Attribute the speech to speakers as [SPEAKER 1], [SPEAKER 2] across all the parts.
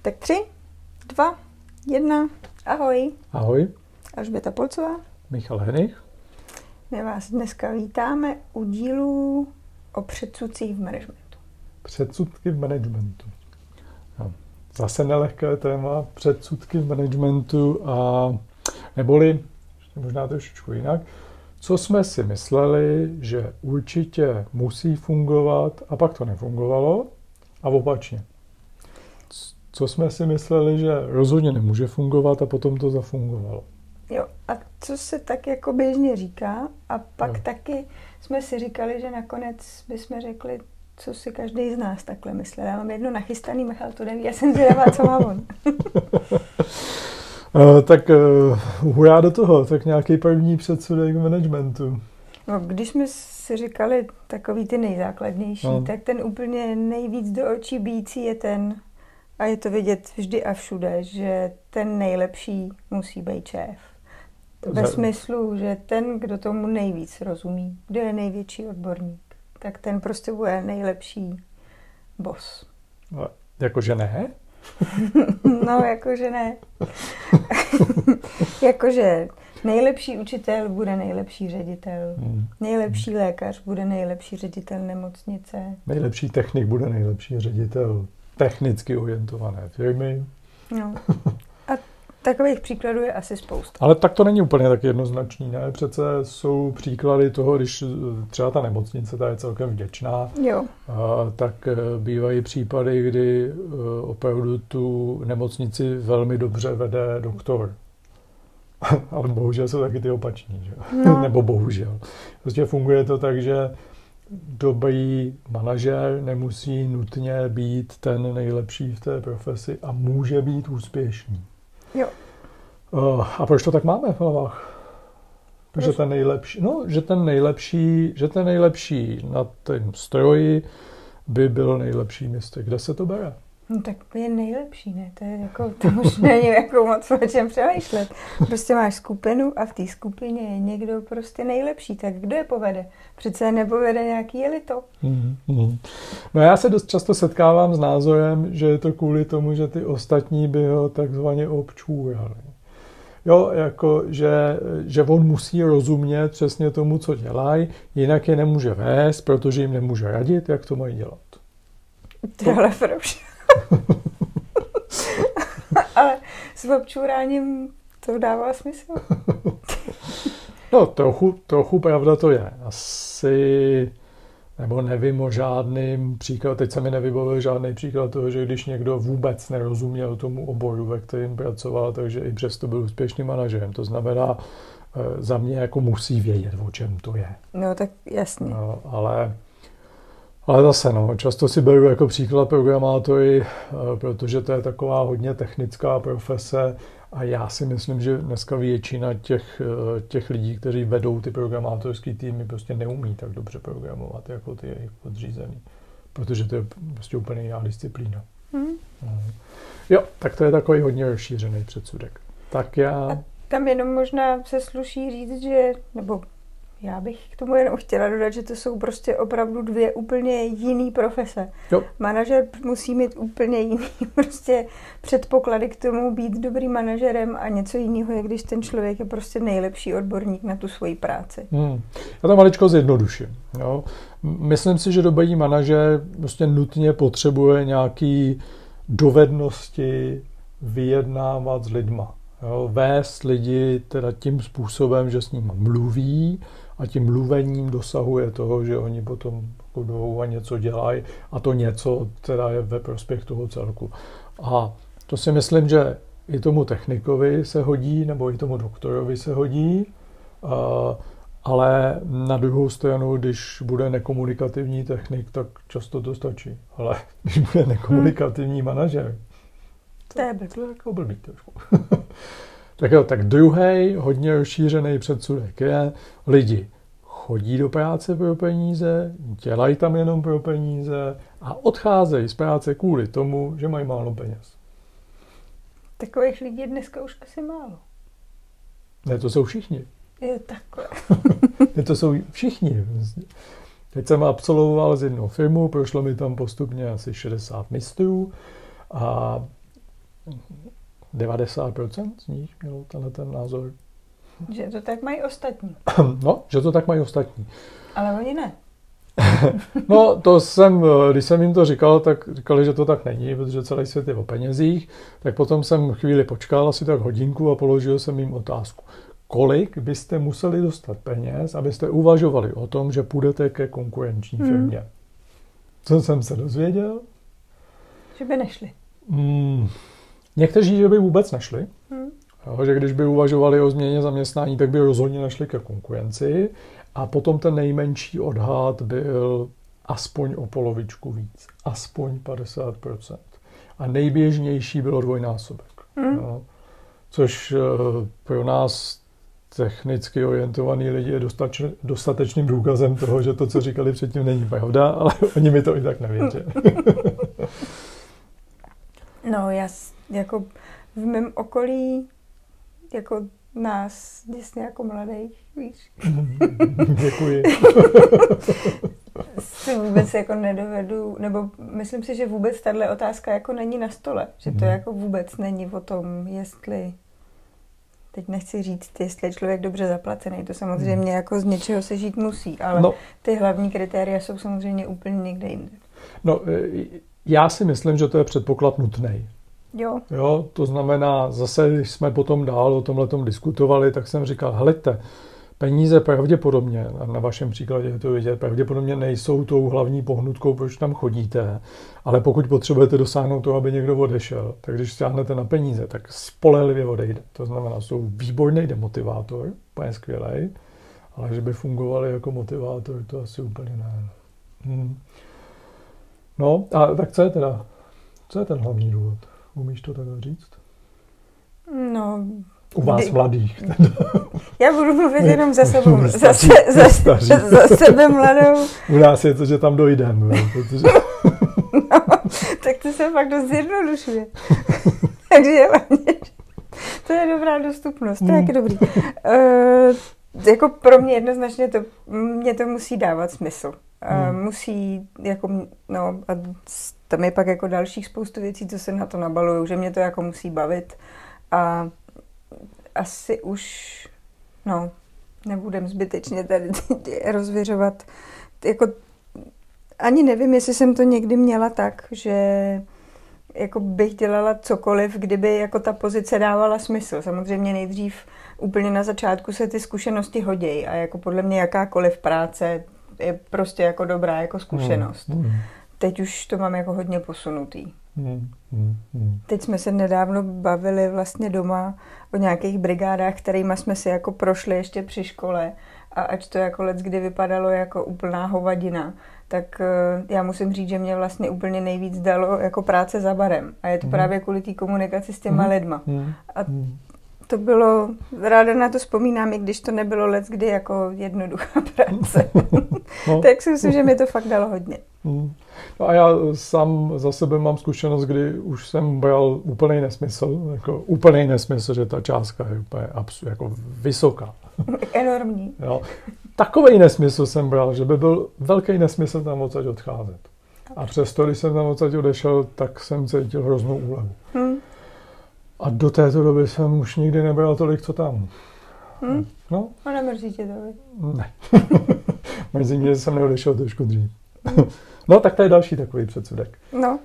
[SPEAKER 1] Tak 3, 2, 1, ahoj.
[SPEAKER 2] Ahoj.
[SPEAKER 1] Alžběta Polcová.
[SPEAKER 2] Michal Henich.
[SPEAKER 1] My vás dneska vítáme u dílu o předsudcích v managementu.
[SPEAKER 2] Předsudky v managementu. No, zase nelehké téma, předsudky v managementu, a neboli, možná trošičku jinak, co jsme si mysleli, že určitě musí fungovat, a pak to nefungovalo, a opačně. Co jsme si mysleli, že rozhodně nemůže fungovat, a potom to zafungovalo.
[SPEAKER 1] Jo, a co se tak jako běžně říká, a pak taky jsme si říkali, že nakonec bychom řekli, co si každý z nás takhle myslel. Já mám jedno nachystaný, Michal to neví, já jsem zvědavá, co má on.
[SPEAKER 2] Tak hurá do toho, tak nějaký první předsudek managementu.
[SPEAKER 1] No, když jsme si říkali takový ty nejzákladnější, tak ten úplně nejvíc do očí bijící je ten, a je to vidět vždy a všude, že ten nejlepší musí být šéf. Ve smyslu, že ten, kdo tomu nejvíc rozumí, kdo je největší odborník, tak ten prostě bude nejlepší boss.
[SPEAKER 2] Jakože ne?
[SPEAKER 1] No, jakože ne. Jakože nejlepší učitel bude nejlepší ředitel. Nejlepší lékař bude nejlepší ředitel nemocnice.
[SPEAKER 2] Nejlepší technik bude nejlepší ředitel technicky orientované firmy.
[SPEAKER 1] No. A takových příkladů je asi spousta.
[SPEAKER 2] Ale tak to není úplně tak jednoznačný, ne? Přece jsou příklady toho, když třeba ta nemocnice, ta je celkem vděčná, tak bývají případy, kdy opravdu tu nemocnici velmi dobře vede doktor. Ale bohužel jsou taky ty opační, že? No. Nebo bohužel. Prostě funguje to tak, že dobrý manažer nemusí nutně být ten nejlepší v té profesi a může být úspěšný.
[SPEAKER 1] Jo.
[SPEAKER 2] A proč to tak máme v hlavách? Že ten nejlepší na ten stroji by byl nejlepší mistr. Kde se to bere?
[SPEAKER 1] No tak je nejlepší, ne? To je jako, to už není jako moc o čem přemýšlet. Prostě máš skupinu a v té skupině je někdo prostě nejlepší. Tak kdo je povede? Přece nepovede nějaký elito.
[SPEAKER 2] No já se dost často setkávám s názorem, že je to kvůli tomu, že ty ostatní by ho takzvaně občůrali. Jo, jako, že on musí rozumět přesně tomu, co dělají, jinak je nemůže vést, protože jim nemůže radit, jak to mají dělat.
[SPEAKER 1] Tohle proč? Ale s občůráním to dává smysl.
[SPEAKER 2] No, trochu pravda to je. Asi, nebo nevím o žádným příklad, teď se mi nevybavil žádný příklad toho, že když někdo vůbec nerozuměl tomu oboru, ve kterém pracoval, takže i přesto byl úspěšným manažerem. To znamená, za mě jako musí vědět, o čem to je.
[SPEAKER 1] No, tak jasně.
[SPEAKER 2] No, ale zase, často si beru jako příklad programátory, protože to je taková hodně technická profese a já si myslím, že dneska většina těch lidí, kteří vedou ty programátorské týmy, prostě neumí tak dobře programovat jako ty jejich podřízený, protože to je prostě úplně jiná disciplína. Jo, tak to je takový hodně rozšířený předsudek. Tak já...
[SPEAKER 1] A tam jenom možná se sluší říct, že, nebo já bych k tomu jenom chtěla dodat, že to jsou prostě opravdu dvě úplně jiný profese.
[SPEAKER 2] Jo.
[SPEAKER 1] Manažer musí mít úplně jiný prostě předpoklady k tomu být dobrým manažerem a něco jiného je, když ten člověk je prostě nejlepší odborník na tu svoji práci.
[SPEAKER 2] Já to maličko zjednoduším. Jo. Myslím si, že dobrý manažer prostě nutně potřebuje nějaký dovednosti vyjednávat s lidma. Jo. Vést lidi teda tím způsobem, že s nimi mluví, a tím mluvením dosahuje toho, že oni potom jdou a něco dělají a to něco teda je ve prospěch toho celku. A to si myslím, že i tomu technikovi se hodí, nebo i tomu doktorovi se hodí, ale na druhou stranu, když bude nekomunikativní technik, tak často to stačí. Ale když bude nekomunikativní manažer,
[SPEAKER 1] to je
[SPEAKER 2] jako blbý trošku. Tak jo, tak druhý hodně rozšířený předsudek je, lidi chodí do práce pro peníze, dělají tam jenom pro peníze a odcházejí z práce kvůli tomu, že mají málo peněz.
[SPEAKER 1] Takových lidí je dneska už asi málo.
[SPEAKER 2] Ne, to jsou všichni.
[SPEAKER 1] Je takhle.
[SPEAKER 2] To jsou všichni. Teď jsem absolvoval z jednou firmu, prošlo mi tam postupně asi 60 mistrů a 90% z nich mělo ten názor.
[SPEAKER 1] Že to tak mají ostatní.
[SPEAKER 2] No, že to tak mají ostatní.
[SPEAKER 1] Ale oni ne.
[SPEAKER 2] No, když jsem jim to říkal, tak říkali, že to tak není, protože celý svět je o penězích. Tak potom jsem chvíli počkal, asi tak hodinku, a položil jsem jim otázku. Kolik byste museli dostat peněz, abyste uvažovali o tom, že půjdete ke konkurenční firmě? Co jsem se dozvěděl?
[SPEAKER 1] Že by nešli.
[SPEAKER 2] Někteří, že by vůbec nešli. Jo, že když by uvažovali o změně zaměstnání, tak by rozhodně nešli ke konkurenci. A potom ten nejmenší odhad byl aspoň o polovičku víc. Aspoň 50%. A nejběžnější bylo dvojnásobek. Jo, což pro nás technicky orientovaný lidi je dostatečným důkazem toho, že to, co říkali předtím, není pravda, ale oni mi to i tak nevěří.
[SPEAKER 1] No, já jako v mém okolí, jako nás, děsně jako mladých, víš.
[SPEAKER 2] Děkuji.
[SPEAKER 1] Si vůbec jako nedovedu, nebo myslím si, že vůbec tahle otázka jako není na stole. Že to jako vůbec není o tom, jestli, teď nechci říct, jestli je člověk dobře zaplacený, to samozřejmě jako z něčeho se žít musí, ale ty hlavní kritéria jsou samozřejmě úplně někde jinde.
[SPEAKER 2] No, já si myslím, že to je předpoklad nutný. Jo, to znamená, zase, když jsme potom dál o tomhletom diskutovali, tak jsem říkal, hleďte, peníze pravděpodobně, na vašem příkladě je to vidět, pravděpodobně nejsou tou hlavní pohnutkou, proč tam chodíte, ale pokud potřebujete dosáhnout toho, aby někdo odešel, tak když sáhnete na peníze, tak spolehlivě odejde. To znamená, jsou výborný demotivátor, úplně skvělej, ale že by fungovali jako motivátor, to asi úplně ne. No, a tak co je ten hlavní důvod? Umíš to takhle říct?
[SPEAKER 1] No...
[SPEAKER 2] U vás mladých.
[SPEAKER 1] Já budu mluvit jenom za sebou. Za sebe mladou.
[SPEAKER 2] U nás je to, že tam dojdeme. Protože...
[SPEAKER 1] No, tak to se fakt dost zjednodušuje. Takže to je dobrá dostupnost. To je jak dobrý. Jako pro mě jednoznačně mě to musí dávat smysl. Musí, jako, no, a tam je pak jako dalších spoustu věcí, co se na to nabalujou, že mě to jako musí bavit. A asi už, no, nebudem zbytečně tady rozvěřovat. Jako, ani nevím, jestli jsem to někdy měla tak, že jako bych dělala cokoliv, kdyby jako ta pozice dávala smysl. Samozřejmě nejdřív úplně na začátku se ty zkušenosti hodějí a jako podle mě jakákoliv práce je prostě jako dobrá jako zkušenost. Teď už to mám jako hodně posunutý. Teď jsme se nedávno bavili vlastně doma o nějakých brigádách, kterými jsme si jako prošli ještě při škole a ač to jako leckdy vypadalo jako úplná hovadina, tak já musím říct, že mě vlastně úplně nejvíc dalo jako práce za barem a je to právě kvůli té komunikaci s těma lidma. A to bylo, ráda na to vzpomínám, i když to nebylo leckdy jako jednoduchá práce. Tak si myslím, že mi to fakt dalo hodně.
[SPEAKER 2] No a já sám za sebe mám zkušenost, kdy už jsem bral úplný nesmysl, že ta částka je úplně jako vysoká.
[SPEAKER 1] Enormní.
[SPEAKER 2] Jo. Takovej nesmysl jsem bral, že by byl velký nesmysl tam odsaď odcházet. A přesto, když jsem tam odsaď odešel, tak jsem cítil hroznou úlevu. A do této doby jsem už nikdy nebral tolik, co tam. No.
[SPEAKER 1] A nemrzí tě to, vy?
[SPEAKER 2] Ne. Mrzí mě, že jsem neodešel trošku dřív. No, tak to je další takový předsudek.
[SPEAKER 1] No.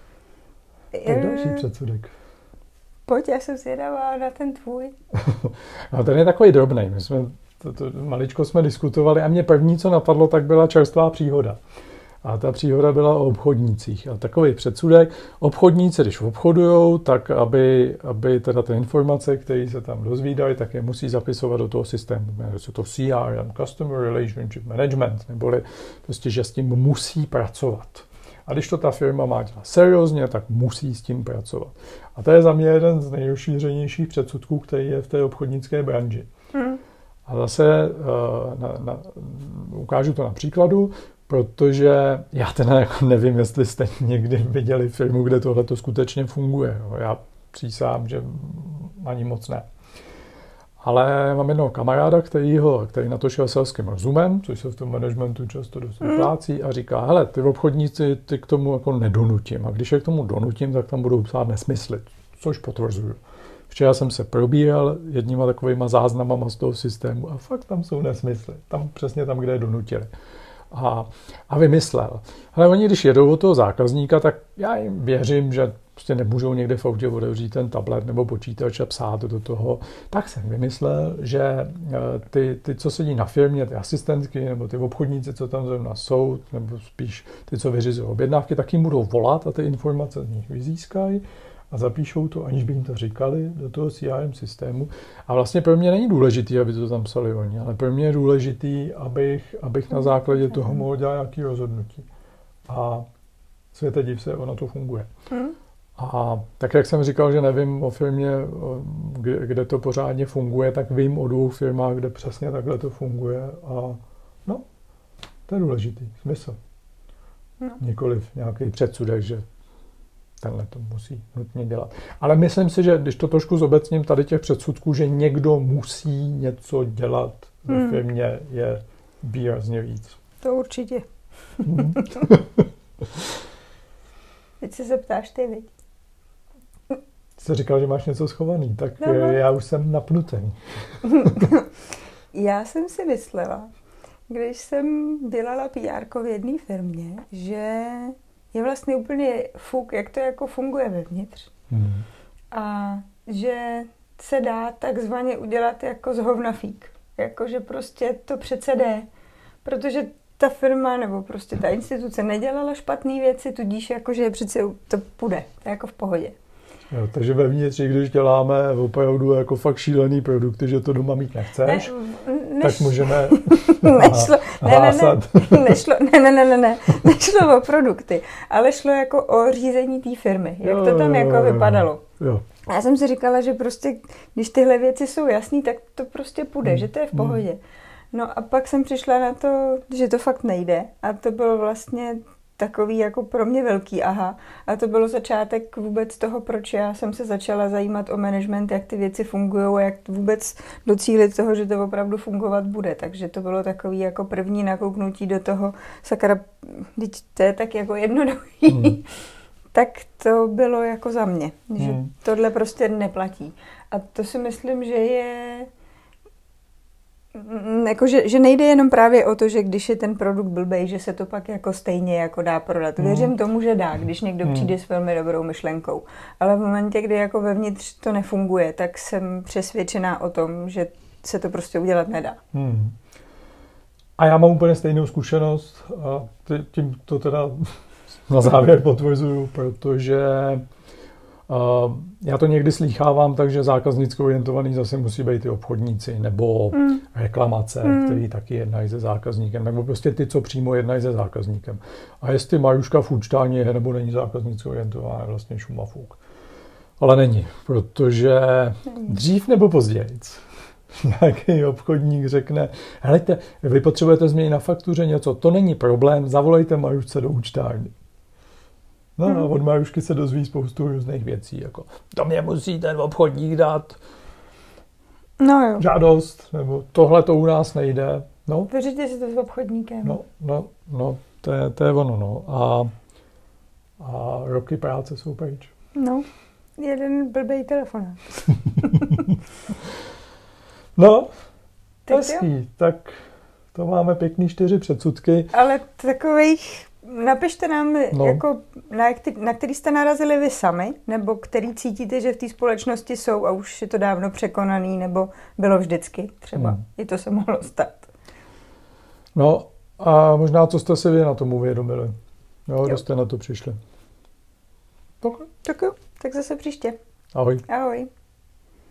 [SPEAKER 2] To je další předsudek.
[SPEAKER 1] Pojď, já jsem zvědavá na ten tvůj.
[SPEAKER 2] No, ten je takový drobnej. My jsme maličko jsme diskutovali a mě první, co napadlo, tak byla čerstvá příhoda. A ta příhoda byla o obchodnících. A takový předsudek, obchodníci, když obchodujou, tak aby teda ty informace, které se tam dozvídají, tak je musí zapisovat do toho systému. Jsou to CRM, Customer Relationship Management, neboli prostě, že s tím musí pracovat. A když to ta firma má dělat seriózně, tak musí s tím pracovat. A to je za mě jeden z nejrozšířenějších předsudků, který je v té obchodnické branži. A zase ukážu to na příkladu, protože já teda jako nevím, jestli jste někdy viděli firmu, kde tohle to skutečně funguje. Já přísahám, že ani moc ne. Ale mám jednoho kamaráda, který na to šel selským rozumem, což se v tom managementu často dost vyplácí, a říká, hele, ty obchodníci ty k tomu jako nedonutím. A když je k tomu donutím, tak tam budou psát nesmysly. což potvrzuju. Včera jsem se probíral jedníma takovýma záznamama z toho systému a fakt tam jsou nesmysly. Tam přesně tam, kde je donutili. A vymyslel. Ale oni, když jedou od toho zákazníka, tak já jim věřím, že prostě nemůžou někde v autě otevřít ten tablet nebo počítač a psát do toho. Tak jsem vymyslel, že ty, co sedí na firmě, ty asistentky nebo ty obchodníci, co tam zrovna jsou, nebo spíš ty, co vyřizují objednávky, tak jim budou volat a ty informace z nich vyzískají a zapíšou to, aniž by jim to říkali, do toho CRM systému. A vlastně pro mě není důležitý, aby to tam psali oni, ale pro mě je důležitý, abych na základě toho mohl dělat nějaké rozhodnutí. A světe div se, ono to funguje. A tak, jak jsem říkal, že nevím o firmě, kde to pořádně funguje, tak vím o 2 firmách, kde přesně takhle to funguje. A no, to je důležitý, smysl. Nikoliv nějaký předsudek, že tenhle to musí nutně dělat. Ale myslím si, že když to trošku zobecním tady těch předsudků, že někdo musí něco dělat ve firmě, je výrazně víc.
[SPEAKER 1] To určitě. Teď se zeptáš ty, viď?
[SPEAKER 2] Jsi říkal, že máš něco schovaný, tak já už jsem napnutý.
[SPEAKER 1] Já jsem si myslela, když jsem dělala PR v jedné firmě, že je vlastně úplně fuk, jak to jako funguje vevnitř. A že se dá takzvaně udělat jako z hovna fík. Jakože prostě to přece jde. Protože ta firma nebo prostě ta instituce nedělala špatné věci, tudíž jakože přece to půjde. To je jako v pohodě.
[SPEAKER 2] Jo, takže vevnitř, když děláme opravdu jako fakt šílený produkty, že to doma mít nechceš, tak můžeme
[SPEAKER 1] nešlo o produkty, ale šlo jako o řízení té firmy, jak to tam jako vypadalo.
[SPEAKER 2] Jo.
[SPEAKER 1] Já jsem si říkala, že prostě, když tyhle věci jsou jasný, tak to prostě půjde, že to je v pohodě. No a pak jsem přišla na to, že to fakt nejde a to bylo vlastně takový jako pro mě velký aha. A to bylo začátek vůbec toho, proč já jsem se začala zajímat o management, jak ty věci fungují a jak vůbec docílit toho, že to opravdu fungovat bude. Takže to bylo takový jako první nakouknutí do toho, sakra, to je tak jako jednoduchý. Tak to bylo jako za mě, že tohle prostě neplatí. A to si myslím, že je jako, že nejde jenom právě o to, že když je ten produkt blbej, že se to pak jako stejně jako dá prodat. Věřím tomu, že dá, když někdo přijde s velmi dobrou myšlenkou. Ale v momentě, kdy jako vevnitř to nefunguje, tak jsem přesvědčená o tom, že se to prostě udělat nedá.
[SPEAKER 2] A já mám úplně stejnou zkušenost a tím to teda na závěr potvrzuju, protože já to někdy slýchávám, takže zákaznicky orientovaný zase musí být ty obchodníci nebo reklamace, který taky jednají se zákazníkem, nebo prostě ty, co přímo jednají se zákazníkem. A jestli Maruška v účtání je nebo není zákaznicky orientovaná, je vlastně šum a fuk. Ale není, protože dřív nebo později nějaký obchodník řekne, helejte, vy potřebujete změnit na faktuře něco, to není problém, zavolejte Marušce do účtárny. No a od Marušky se dozví spoustu různých věcí, jako to mě musí ten obchodník dát žádost, nebo tohle to u nás nejde. No.
[SPEAKER 1] Vyřiďte si to s obchodníkem.
[SPEAKER 2] No, to je ono, no. A roky práce jsou pryč.
[SPEAKER 1] No, jeden blbej telefonát.
[SPEAKER 2] No, hezký, tak to máme pěkný 4 předsudky.
[SPEAKER 1] Ale takových, napište nám, jako, na který jste narazili vy sami, nebo který cítíte, že v té společnosti jsou a už je to dávno překonaný, nebo bylo vždycky třeba. I to se mohlo stát.
[SPEAKER 2] No a možná, co jste si vy na tom uvědomili. Jo, jste na to přišli.
[SPEAKER 1] Tak jo, tak zase příště.
[SPEAKER 2] Ahoj.
[SPEAKER 1] Ahoj.